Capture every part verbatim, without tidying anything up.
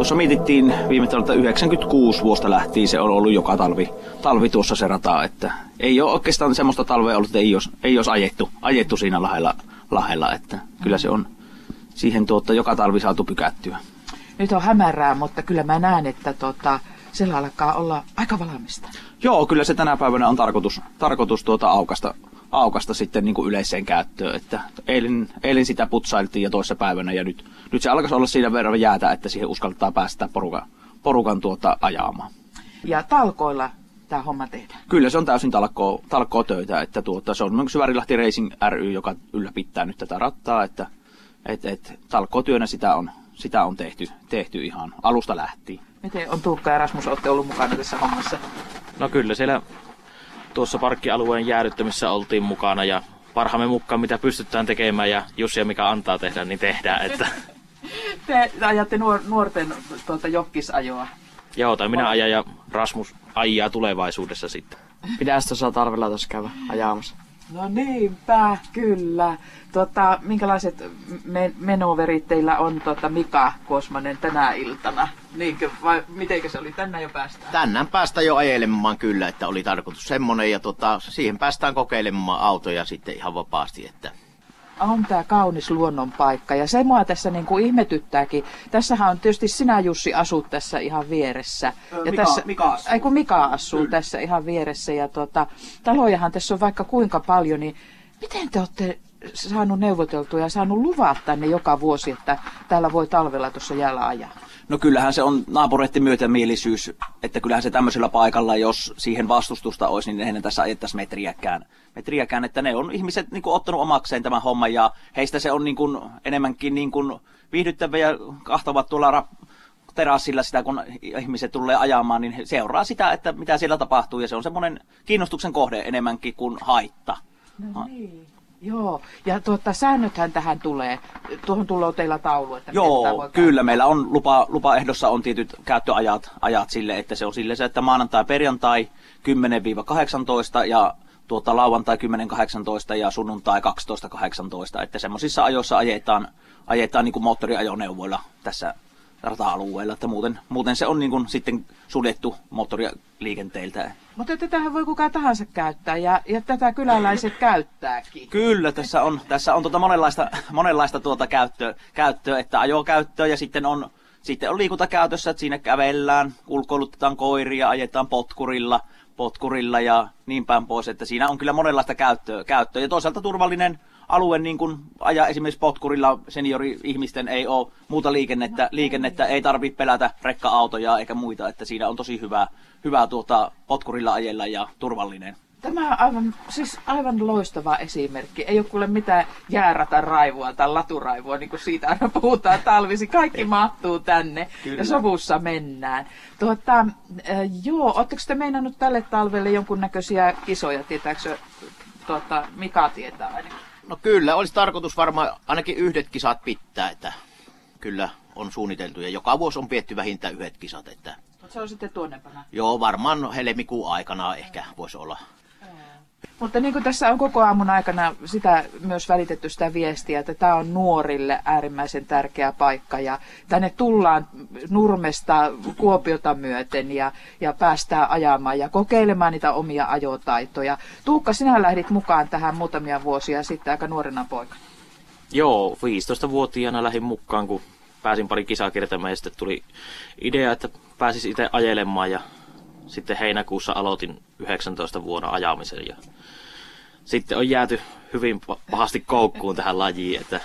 tuossa mietittiin viime talvelta yhdeksänkymmentäkuusi vuosta lähtien, se on ollut joka talvi, talvi tuossa se rata, että ei ole oikeastaan semmoista talvea ollut, että ei olisi, ei olisi ajettu, ajettu siinä lahella, lahella, että kyllä se on siihen tuota, joka talvi saatu pykättyä. Nyt on hämärää, mutta kyllä mä näen, että tuota, siellä alkaa olla aika valmista. Joo, kyllä se tänä päivänä on tarkoitus, tarkoitus tuota aukasta, aukasta sitten niin kuin yleiseen käyttöön. Että eilen, eilen sitä putsailtiin ja toissa päivänä ja nyt, nyt se alkaisi olla siinä verran jäätä, että siihen uskaltaa päästä porukan, porukan tuota ajamaan. Ja talkoilla tämä homma tehdään? Kyllä se on täysin talkoo, talkoo töitä. Että tuota, se on Syvärinlahti Racing ry, joka ylläpitää nyt tätä rattaa. Että et, et, talkootyönä sitä on, sitä on tehty, tehty ihan alusta lähtien. Miten on Tuukka ja Rasmus, olette ollut mukana tässä hommassa? No kyllä siellä tuossa parkkialueen jäädyttämissä oltiin mukana ja parhaamme mukaan mitä pystytään tekemään ja Jussi ja mikä antaa tehdä, niin tehdään. Että... Te ajatte nuor- nuorten tuota, jokkisajoa. Joo, tai minä ajan ja Rasmus ajaa tulevaisuudessa sitten. Pitäisi tuossa talvella tuossa käydä ajamassa. No niinpä, kyllä. Tota, minkälaiset men- menoverit teillä on tota, Mika Kuosmanen tänä iltana? Niinkö, vai mitenkö se oli? Tänään jo päästään? Tänään päästään jo ajelemaan kyllä, että oli tarkoitus semmonen ja tota, siihen päästään kokeilemaan autoja sitten ihan vapaasti. Että... On tää kaunis luonnon paikka ja se mua tässä niinku ihmetyttääkin. Tässähän on tietysti sinä Jussi asut tässä ihan vieressä. Ja Mika, tässä, Mika asuu. Ai kun Mika asuu Kyllä. tässä ihan vieressä ja tota, talojahan tässä on vaikka kuinka paljon, niin miten te olette saanut neuvoteltua ja saanut luvat tänne joka vuosi, että täällä voi talvella tuossa jäällä ajaa? No kyllähän se on naapureiden myötämielisyys, että kyllähän se tämmöisellä paikalla, jos siihen vastustusta olisi, niin eihän tässä ajettaisi metriäkään. metriäkään. Että ne on ihmiset niin kuin, ottanut omakseen tämän homman ja heistä se on niin kuin, enemmänkin niin kuin, viihdyttävä ja kahtovat tuolla rap- terassilla sitä, kun ihmiset tulee ajamaan, niin he seuraa sitä, että mitä siellä tapahtuu ja se on semmoinen kiinnostuksen kohde enemmänkin kuin haitta. No niin. Joo, ja tuota, säännöthän tähän tulee. Tuohon tulee teillä taulu, että Joo, voi kyllä. käyttää. Meillä on lupa, lupaehdossa on tietyt käyttöajat ajat sille, että se on sille se, että maanantai, perjantai kymmenen kahdeksantoista ja tuota, lauantai kymmenen kahdeksantoista ja sunnuntai kaksitoista kahdeksantoista. Että semmoisissa ajoissa ajetaan, ajetaan niin kuin moottoriajoneuvoilla tässä rata-alueella, että muuten, muuten se on niin kuin sitten suljettu moottoriliikenteeltä. Mutta tätähän voi kuka tahansa käyttää ja, ja tätä kyläläiset käyttääkin. Kyllä, tässä on, tässä on tuota monenlaista, monenlaista tuota käyttöä, käyttöä, että ajokäyttöä ja sitten on, sitten on liikuntakäytössä, että siinä kävellään, ulkoilutetaan koiria, ajetaan potkurilla, potkurilla ja niin päin pois, että siinä on kyllä monenlaista käyttöä, käyttöä. Ja toisaalta turvallinen alue, niin kuin ajaa esimerkiksi potkurilla seniori-ihmisten ei ole muuta liikennettä, liikennettä ei tarvitse pelätä rekka-autoja eikä muita, että siinä on tosi hyvä, hyvä tuota, potkurilla ajella ja turvallinen. Tämä on aivan, siis aivan loistava esimerkki. Ei ole kuule mitään jäärata raivoa tai laturaivoa, niin kuin siitä aina puhutaan talvisi. Kaikki mahtuu tänne Kyllä. Ja sovussa mennään. Tuota, äh, joo, ootteko te meinannut tälle talvelle jonkunnäköisiä kisoja? Tietääkö tuota, Mika tietää ainakin? No kyllä, olisi tarkoitus varmaan ainakin yhdet kisat pitää, että kyllä on suunniteltu ja joka vuosi on pietty vähintään yhdet kisat. Että... Mutta se on sitten tuonnepana. Joo, varmaan helmikuun aikana ehkä voisi olla. Mutta niin kuin tässä on koko aamun aikana sitä myös välitetty sitä viestiä, että tämä on nuorille äärimmäisen tärkeä paikka ja tänne tullaan Nurmesta Kuopiota myöten ja, ja päästään ajamaan ja kokeilemaan niitä omia ajotaitoja. Tuukka, sinä lähdit mukaan tähän muutamia vuosia sitten aika nuorena poikana. Joo, viisitoistavuotiaana lähdin mukaan, kun pääsin pari kisaa kiertämään ja sitten tuli idea, että pääsis itse ajelemaan ja sitten heinäkuussa aloitin yhdeksäntoista vuonna ajamisen ja sitten on jääty hyvin pahasti koukkuun tähän lajiin. Että...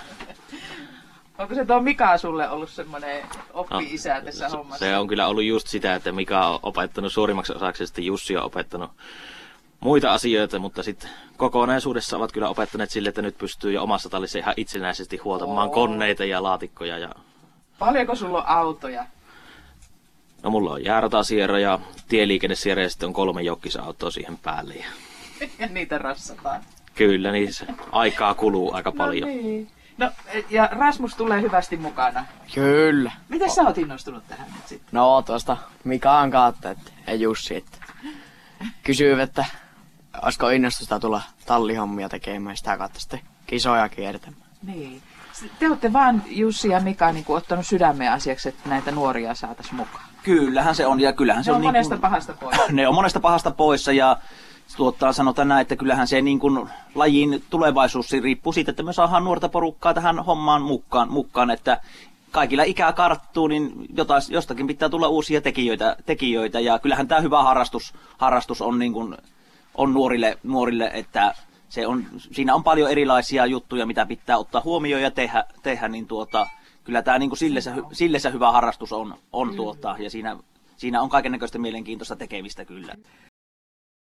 Onko se tuo Mika sulle ollut semmoinen oppi-isä no, tässä se, hommassa? Se on kyllä ollut just sitä, että Mika on opettanut suurimmaksi osaksi ja sitten Jussi on opettanut muita asioita, mutta sitten kokonaisuudessa ovat kyllä opettaneet sille, että nyt pystyy jo omassa tallissa ihan itsenäisesti huoltamaan oh. koneita ja laatikkoja. Ja... Paljonko sulla on autoja? No mulla on jääratasierra ja tieliikennesierra ja sitten on kolme jokkisautoa siihen päälle. Ja, ja niitä rassataan. Kyllä, niin se aikaa kuluu aika paljon. No niin. No, ja Rasmus tulee hyvästi mukana. Kyllä. Miten sä oot innostunut tähän nyt sitten? No tuosta Mikaan kautta, että ei Jussi, että kysyy, että olisiko innostusta tulla tallihommia tekemään sitä kautta sitten kisoja kiertämään. Niin. Te olette vaan, Jussi ja Mika, niin kuin, ottanut sydämen asiaksi, että näitä nuoria saataisiin mukaan. Kyllähän se on, ja kyllähän se Ne on, on niin monesta kuin, pahasta pois. ne on monesta pahasta poissa, ja tuottaa, sanotaan näin, että kyllähän se niin kuin, lajin tulevaisuus riippuu siitä, että me saadaan nuorta porukkaa tähän hommaan mukaan, mukaan että kaikilla ikää karttuu, niin jotain, jostakin pitää tulla uusia tekijöitä, tekijöitä ja kyllähän tämä hyvä harrastus, harrastus on, niin kuin, on nuorille, nuorille, että se on, siinä on paljon erilaisia juttuja, mitä pitää ottaa huomioon ja tehdä, tehdä niin tuota, kyllä tämä niin kuin sille, se, sille se hyvä harrastus on, on tuota, ja siinä, siinä on kaikennäköistä mielenkiintoista tekemistä kyllä.